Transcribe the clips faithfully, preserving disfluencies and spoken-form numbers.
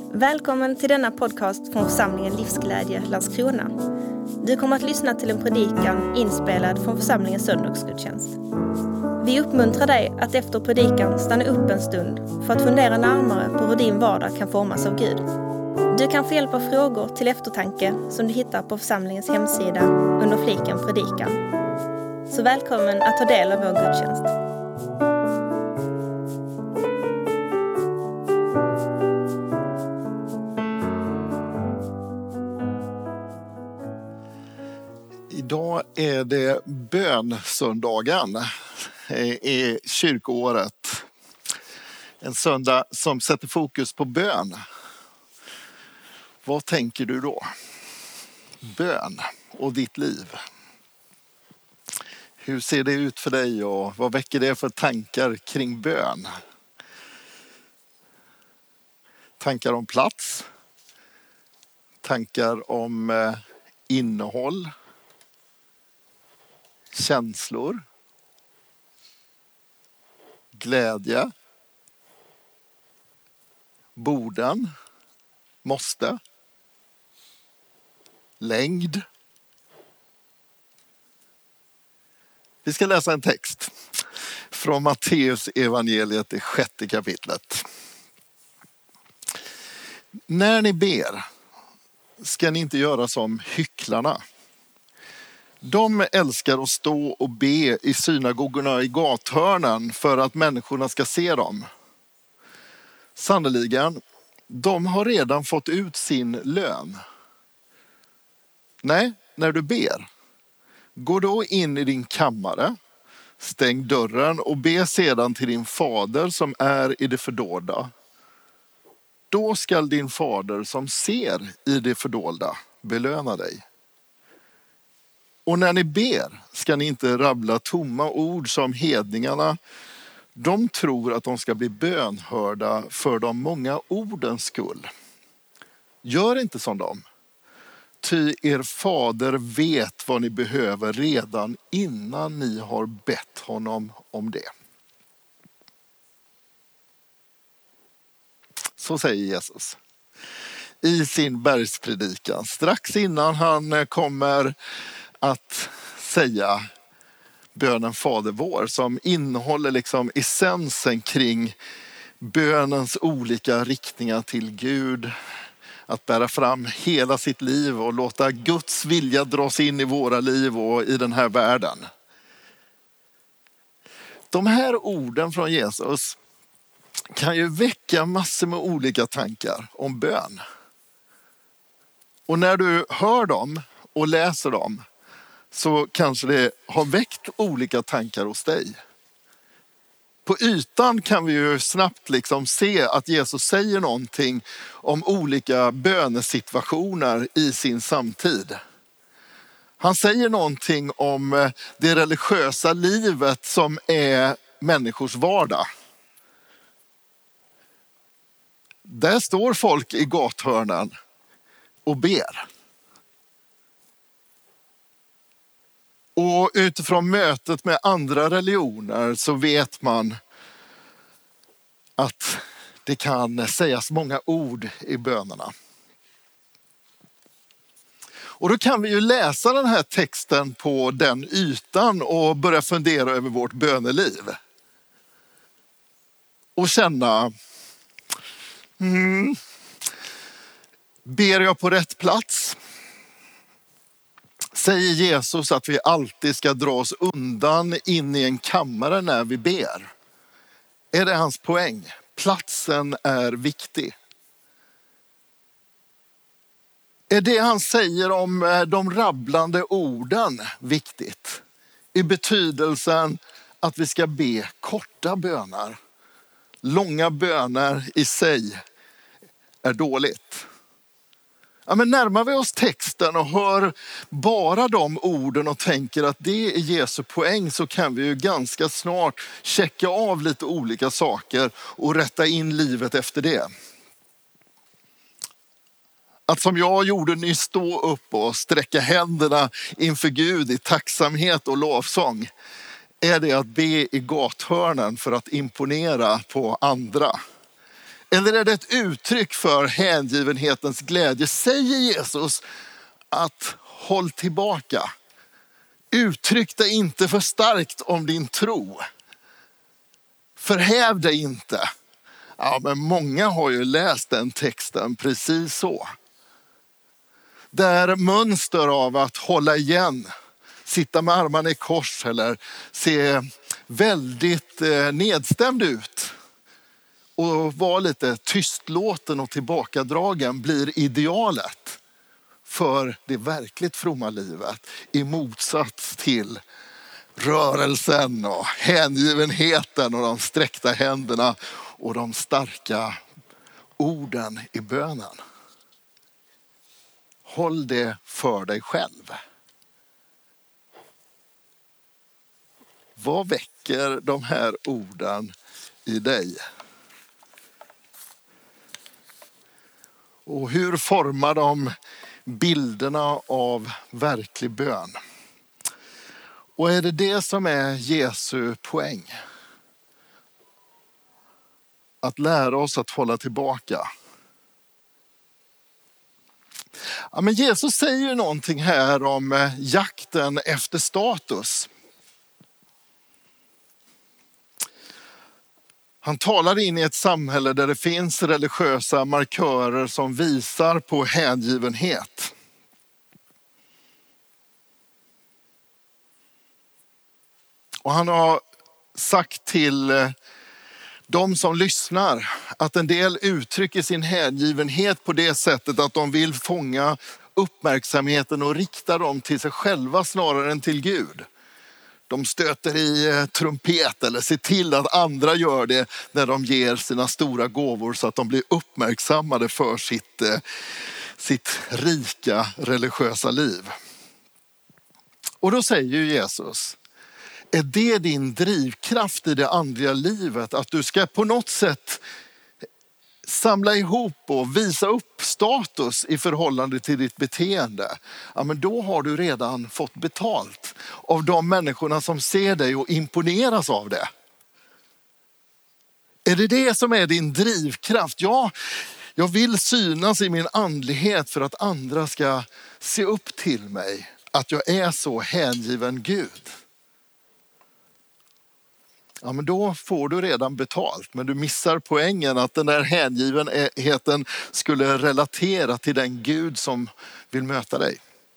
Välkommen till denna podcast från församlingen Livsglädje Landskrona. Du kommer att lyssna till en predikan inspelad från församlingens söndagsgudstjänst. Vi uppmuntrar dig att efter predikan stanna upp en stund för att fundera närmare på hur din vardag kan formas av Gud. Du kan få hjälp av frågor till eftertanke som du hittar på församlingens hemsida under fliken predikan. Så välkommen att ta del av vår gudstjänst. Idag är det bönsöndagen i kyrkoåret. En söndag som sätter fokus på bön. Vad tänker du då? Bön och ditt liv. Hur ser det ut för dig och vad väcker det för tankar kring bön? Tankar om plats. Tankar om eh, innehåll. Känslor. Glädje. Borden. Måste. Längd. Vi ska läsa en text från Matteus evangeliet i sjätte kapitlet. När ni ber ska ni inte göra som hycklarna. De älskar att stå och be i synagogorna i gathörnen för att människorna ska se dem. Sannoliken, de har redan fått ut sin lön. Nej, när du ber, gå då in i din kammare, stäng dörren och be sedan till din fader som är i det fördolda. Då skall din fader som ser i det fördolda belöna dig. Och när ni ber ska ni inte rabbla tomma ord som hedningarna. De tror att de ska bli bönhörda för de många ordens skull. Gör inte som dem. Ty er fader vet vad ni behöver redan innan ni har bett honom om det. Så säger Jesus i sin bergspredikan. Strax innan han kommer att säga bönen Fader vår som innehåller liksom essensen kring bönens olika riktningar till Gud. Att bära fram hela sitt liv och låta Guds vilja dras in i våra liv och i den här världen. De här orden från Jesus kan ju väcka massor med olika tankar om bön. Och när du hör dem och läser dem så kanske det har väckt olika tankar hos dig. På ytan kan vi ju snabbt liksom se att Jesus säger någonting om olika bönesituationer i sin samtid. Han säger någonting om det religiösa livet som är människors vardag. Där står folk i gathörnan och ber. Och utifrån mötet med andra religioner så vet man att det kan sägas många ord i bönerna. Och då kan vi ju läsa den här texten på den ytan och börja fundera över vårt böneliv. Och känna, mm, ber jag på rätt plats? Säger Jesus att vi alltid ska dra oss undan in i en kammare när vi ber? Är det hans poäng? Platsen är viktig. Är det han säger om de rabblande orden viktigt? I betydelsen att vi ska be korta böner. Långa böner i sig är dåligt. Ja, men närmar vi oss texten och hör bara de orden och tänker att det är Jesu poäng så kan vi ju ganska snart checka av lite olika saker och rätta in livet efter det. Att som jag gjorde nyss stå upp och sträcka händerna inför Gud i tacksamhet och lovsång. Är det att be i gathörnen för att imponera på andra? Eller är det ett uttryck för hängivenhetens glädje? Säger Jesus att håll tillbaka. Uttryck dig inte för starkt om din tro. Förhäv dig inte. Ja, men många har ju läst den texten precis så. Det är mönster av att hålla igen, sitta med armarna i kors eller se väldigt nedstämd ut. Och vara lite tystlåten och tillbakadragen blir idealet för det verkligt fromma livet. I motsats till rörelsen och hängivenheten och de sträckta händerna och de starka orden i bönen. Håll det för dig själv. Vad väcker de här orden i dig? Och hur formar de bilderna av verklig bön? Och är det det som är Jesu poäng? Att lära oss att hålla tillbaka. Ja, men Jesus säger någonting här om jakten efter status. Han talar in i ett samhälle där det finns religiösa markörer som visar på hängivenhet. Och han har sagt till de som lyssnar att en del uttrycker sin hängivenhet på det sättet att de vill fånga uppmärksamheten och rikta dem till sig själva snarare än till Gud. De stöter i trumpet eller ser till att andra gör det när de ger sina stora gåvor så att de blir uppmärksammade för sitt, sitt rika religiösa liv. Och då säger ju Jesus, är det din drivkraft i det andliga livet? Att du ska på något sätt samla ihop och visa upp status i förhållande till ditt beteende. Ja, men då har du redan fått betalt av de människorna som ser dig och imponeras av det. Är det det som är din drivkraft? Ja, jag vill synas i min andlighet för att andra ska se upp till mig. Att jag är så hängiven Gud. Ja, men då får du redan betalt. Men du missar poängen att den där hängivenheten skulle relatera till den Gud som vill möta dig.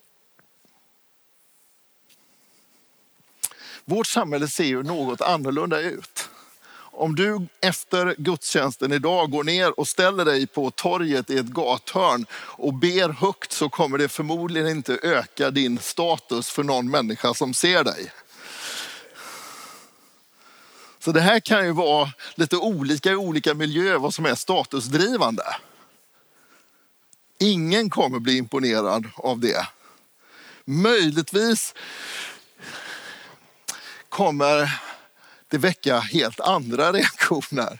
Vårt samhälle ser ju något annorlunda ut. Om du efter gudstjänsten idag går ner och ställer dig på torget i ett gathörn och ber högt, så kommer det förmodligen inte öka din status för någon människa som ser dig. Så det här kan ju vara lite olika i olika miljöer vad som är statusdrivande. Ingen kommer bli imponerad av det. Möjligtvis kommer det väcka helt andra reaktioner.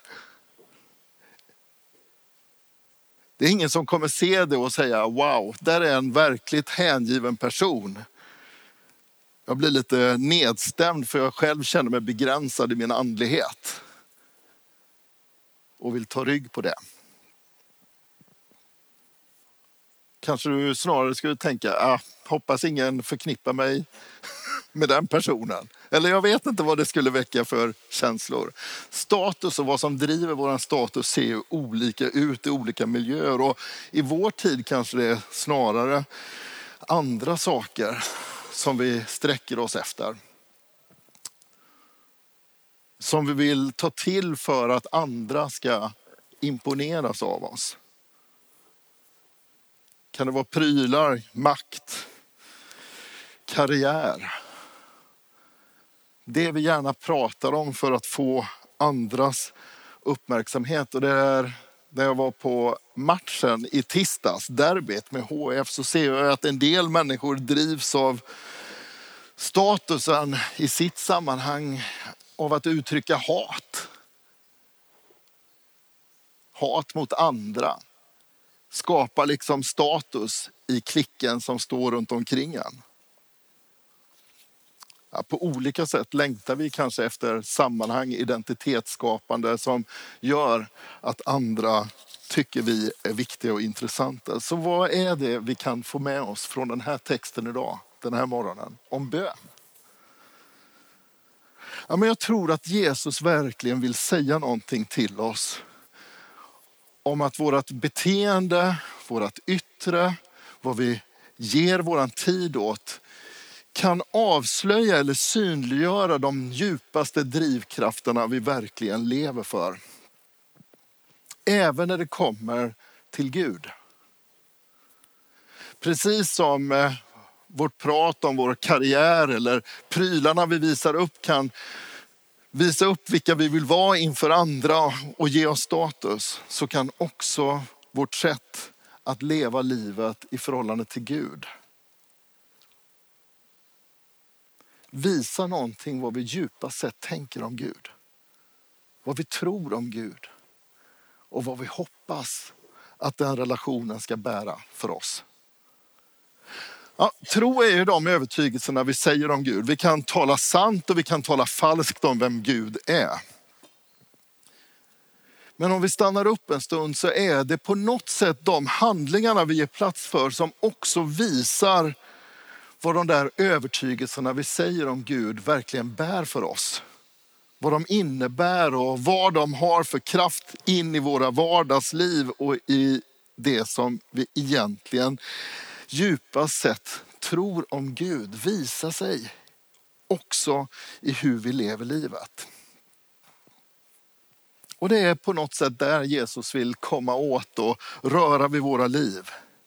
Det är ingen som kommer se det och säga wow, där är en verkligt hängiven person. Jag blir lite nedstämd för jag själv känner mig begränsad i min andlighet. Och vill ta rygg på det. Kanske du snarare skulle tänka, ah, hoppas ingen förknippar mig med den personen. Eller jag vet inte vad det skulle väcka för känslor. Status och vad som driver våran status ser ju olika ut i olika miljöer. Och i vår tid kanske det är snarare andra saker som vi sträcker oss efter. Som vi vill ta till för att andra ska imponeras av oss. Kan det vara prylar, makt, karriär. Det vi gärna pratar om för att få andras uppmärksamhet. Och det är när jag var på matchen i tisdags, derbyt med H F, så ser jag att en del människor drivs av statusen i sitt sammanhang av att uttrycka hat. Hat mot andra. Skapa liksom status i klicken som står runt omkring en. Ja, på olika sätt längtar vi kanske efter sammanhang, identitetsskapande som gör att andra tycker vi är viktiga och intressanta. Så vad är det vi kan få med oss från den här texten idag, den här morgonen, om bön? Ja, men jag tror att Jesus verkligen vill säga någonting till oss om att vårt beteende, vårt yttre, vad vi ger våran tid åt kan avslöja eller synliggöra de djupaste drivkrafterna vi verkligen lever för. Även när det kommer till Gud. Precis som eh, vårt prat om vår karriär eller prylarna vi visar upp kan visa upp vilka vi vill vara inför andra och ge oss status, så kan också vårt sätt att leva livet i förhållande till Gud visa någonting vad vi djupast sett tänker om Gud. Vad vi tror om Gud. Och vad vi hoppas att den relationen ska bära för oss. Ja, tro är ju de övertygelserna vi säger om Gud. Vi kan tala sant och vi kan tala falskt om vem Gud är. Men om vi stannar upp en stund så är det på något sätt de handlingarna vi ger plats för som också visar vad de där övertygelserna vi säger om Gud verkligen bär för oss. Vad de innebär och vad de har för kraft in i våra vardagsliv och i det som vi egentligen djupast sett tror om Gud visar sig också i hur vi lever livet. Och det är på något sätt där Jesus vill komma åt och röra vid våra liv.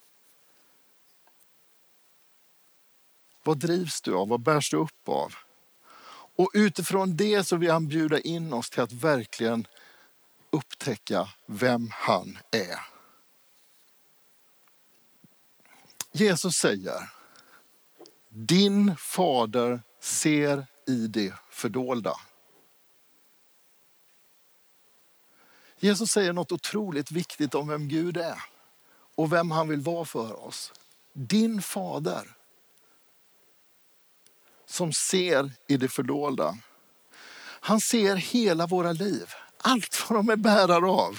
Vad drivs du av? Vad bärs du upp av? Och utifrån det så vill han bjuda in oss till att verkligen upptäcka vem han är. Jesus säger, din fader ser i det fördolda. Jesus säger något otroligt viktigt om vem Gud är och vem han vill vara för oss. Din fader som ser i det fördolda. Han ser hela våra liv. Allt vad de är bärare av.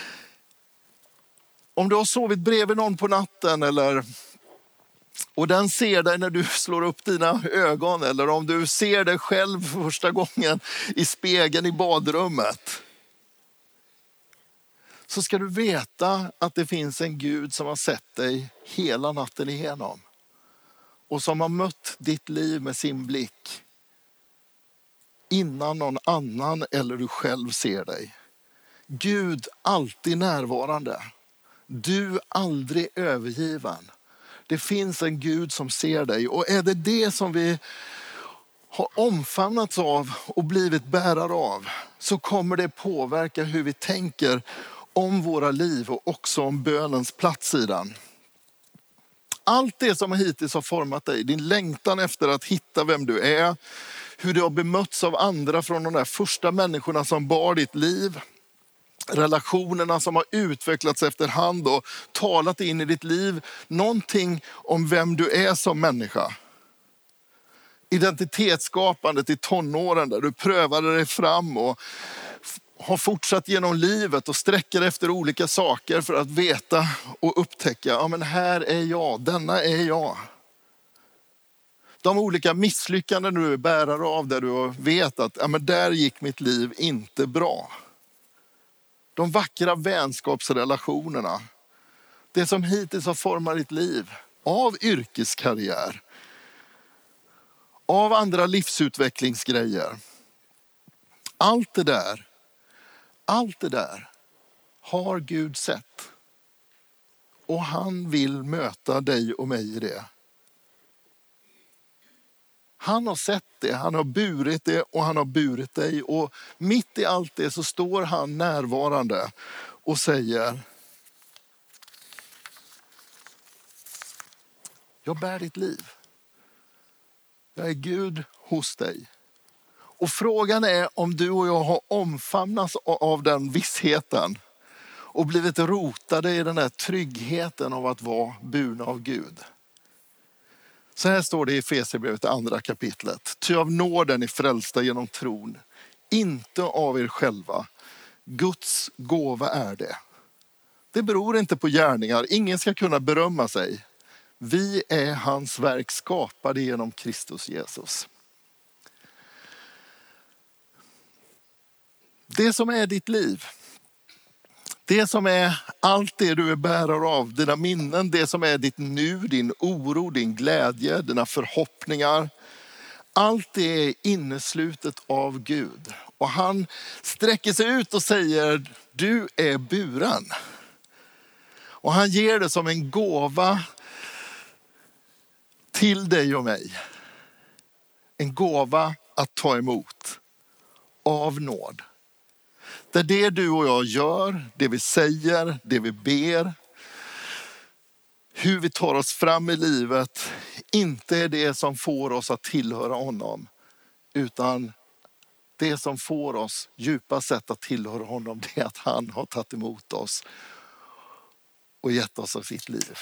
Om du har sovit bredvid någon på natten eller och den ser dig när du slår upp dina ögon, eller om du ser dig själv för första gången i spegeln i badrummet, så ska du veta att det finns en Gud som har sett dig hela natten igenom. Och som har mött ditt liv med sin blick innan någon annan eller du själv ser dig. Gud alltid närvarande. Du aldrig övergiven. Det finns en Gud som ser dig. Och är det det som vi har omfamnats av och blivit bärare av, så kommer det påverka hur vi tänker om våra liv och också om bönens plats i den. Allt det som hittills har format dig, din längtan efter att hitta vem du är, hur du har bemötts av andra från de där första människorna som bar ditt liv, relationerna som har utvecklats efterhand och talat in i ditt liv, någonting om vem du är som människa. Identitetsskapandet i tonåren där du prövade dig fram och har fortsatt genom livet och sträcker efter olika saker för att veta och upptäcka, ja men här är jag, denna är jag. De olika misslyckanden du är bärare av där du vet att ja men där gick mitt liv inte bra. De vackra vänskapsrelationerna. Det som hittills har format ditt liv av yrkeskarriär. Av andra livsutvecklingsgrejer. Allt det där. Allt det där har Gud sett. Och han vill möta dig och mig i det. Han har sett det, han har burit det och han har burit dig. Och mitt i allt det så står han närvarande och säger: jag bär ditt liv. Jag är Gud hos dig. Och frågan är om du och jag har omfamnats av den vissheten och blivit rotade i den här tryggheten av att vara burna av Gud. Så här står det i Efesierbrevet, andra kapitlet. Ty av nåden är frälsta genom tron, inte av er själva. Guds gåva är det. Det beror inte på gärningar, ingen ska kunna berömma sig. Vi är hans verk, skapade genom Kristus Jesus. Det som är ditt liv, det som är allt det du är bärare av, dina minnen, det som är ditt nu, din oro, din glädje, dina förhoppningar. Allt det är inneslutet av Gud. Och han sträcker sig ut och säger, du är buren. Och han ger det som en gåva till dig och mig. En gåva att ta emot av nåd. Där det du och jag gör, det vi säger, det vi ber, hur vi tar oss fram i livet, inte är det som får oss att tillhöra honom. Utan det som får oss djupast sett att tillhöra honom, det är att han har tagit emot oss och gett oss av sitt liv.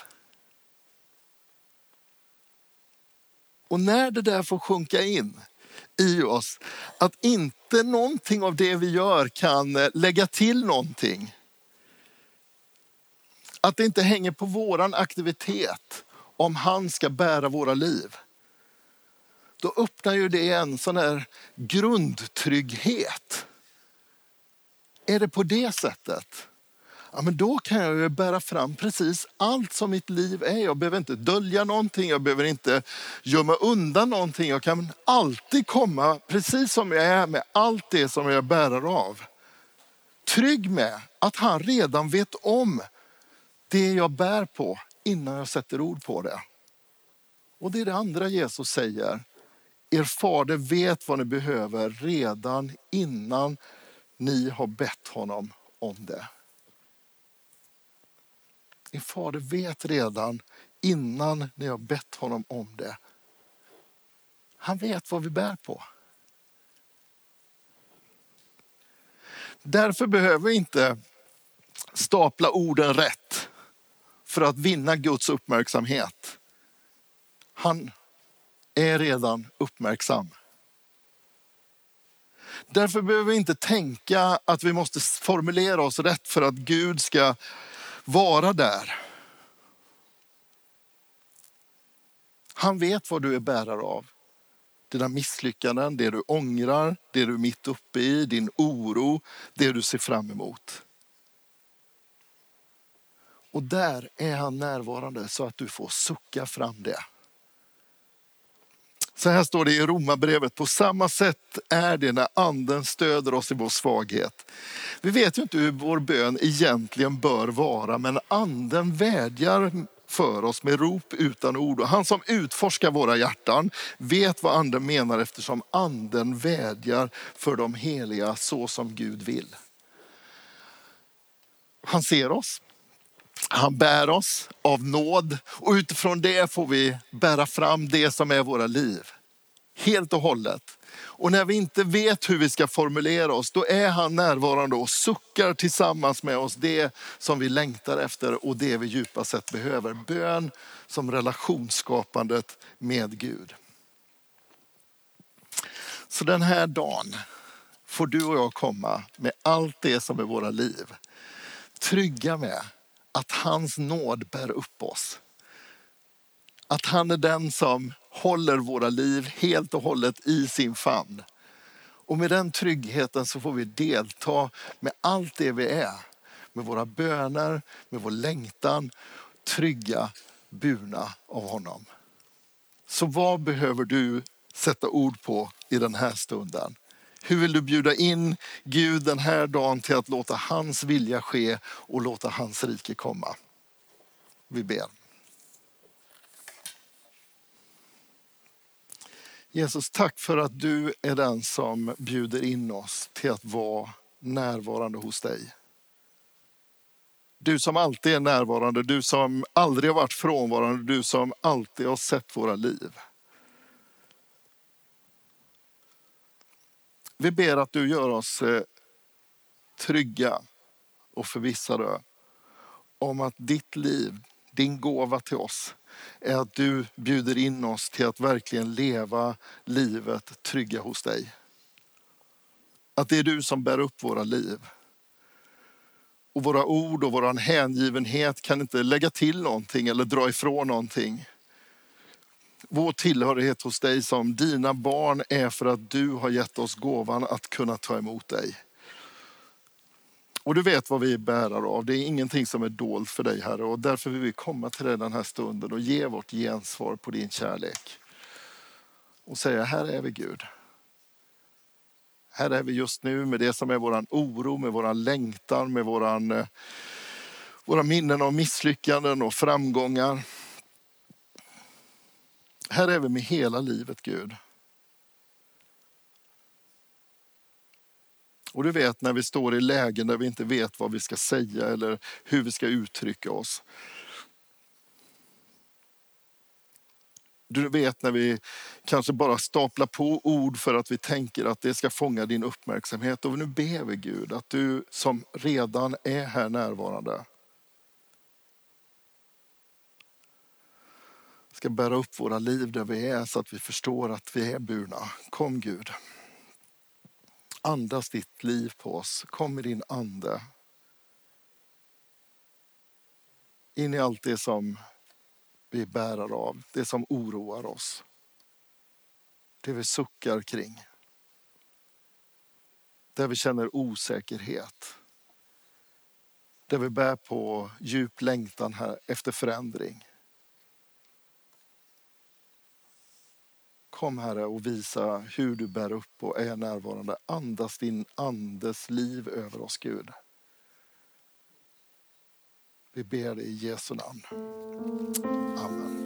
Och när det där får sjunka in i oss, att inte någonting av det vi gör kan lägga till någonting. Att det inte hänger på våran aktivitet om han ska bära våra liv. Då öppnar ju det en sån här grundtrygghet. Är det på det sättet? Ja, men då kan jag ju bära fram precis allt som mitt liv är. Jag behöver inte dölja någonting, jag behöver inte gömma undan någonting. Jag kan alltid komma precis som jag är med allt det som jag bärar av. Trygg med att han redan vet om det jag bär på innan jag sätter ord på det. Och det är det andra Jesus säger. Er fader vet vad ni behöver redan innan ni har bett honom om det. Er fader vet redan innan ni har bett honom om det. Han vet vad vi bär på. Därför behöver vi inte stapla orden rätt för att vinna Guds uppmärksamhet. Han är redan uppmärksam. Därför behöver vi inte tänka att vi måste formulera oss rätt för att Gud ska vara där. Han vet vad du är bärare av. Dina misslyckanden, det du ångrar, det du är mitt uppe i, din oro, det du ser fram emot. Och där är han närvarande så att du får sucka fram det. Så här står det i Romarbrevet. På samma sätt är det när anden stöder oss i vår svaghet. Vi vet ju inte hur vår bön egentligen bör vara, men anden vädjar för oss med rop utan ord. Och han som utforskar våra hjärtan vet vad anden menar, eftersom anden vädjar för de heliga så som Gud vill. Han ser oss. Han bär oss av nåd och utifrån det får vi bära fram det som är våra liv. Helt och hållet. Och när vi inte vet hur vi ska formulera oss, då är han närvarande och suckar tillsammans med oss det som vi längtar efter och det vi djupast sett behöver. Bön som relationsskapandet med Gud. Så den här dagen får du och jag komma med allt det som är våra liv. Trygga med att hans nåd bär upp oss. Att han är den som håller våra liv helt och hållet i sin famn. Och med den tryggheten så får vi delta med allt det vi är. Med våra böner, med vår längtan, trygga, burna av honom. Så vad behöver du sätta ord på i den här stunden? Hur vill du bjuda in Gud den här dagen till att låta hans vilja ske och låta hans rike komma? Vi ber. Jesus, tack för att du är den som bjuder in oss till att vara närvarande hos dig. Du som alltid är närvarande, du som aldrig har varit frånvarande, du som alltid har sett våra liv. Vi ber att du gör oss trygga och förvissade om att ditt liv, din gåva till oss, är att du bjuder in oss till att verkligen leva livet trygga hos dig. Att det är du som bär upp våra liv. Och våra ord och vår hängivenhet kan inte lägga till någonting eller dra ifrån någonting. Vår tillhörighet hos dig som dina barn är för att du har gett oss gåvan att kunna ta emot dig. Och du vet vad vi är bärare av. Det är ingenting som är dolt för dig, Herre. Och därför vill vi komma till dig den här stunden och ge vårt gensvar på din kärlek. Och säga, här är vi Gud. Här är vi just nu med det som är våran oro, med våran längtan, med våran, eh, våra minnen av misslyckanden och framgångar. Här är vi med hela livet, Gud. Och du vet när vi står i lägen där vi inte vet vad vi ska säga eller hur vi ska uttrycka oss. Du vet när vi kanske bara staplar på ord för att vi tänker att det ska fånga din uppmärksamhet. Och nu ber vi Gud att du som redan är här närvarande ska bära upp våra liv där vi är så att vi förstår att vi är burna. Kom Gud. Andas ditt liv på oss. Kom med din ande. In i allt det som vi bärar av. Det som oroar oss. Det vi suckar kring. Där vi känner osäkerhet. Där vi bär på djup längtan här efter förändring. Kom Herre och visa hur du bär upp och är närvarande. Andas din andes liv över oss Gud. Vi ber dig i Jesu namn. Amen.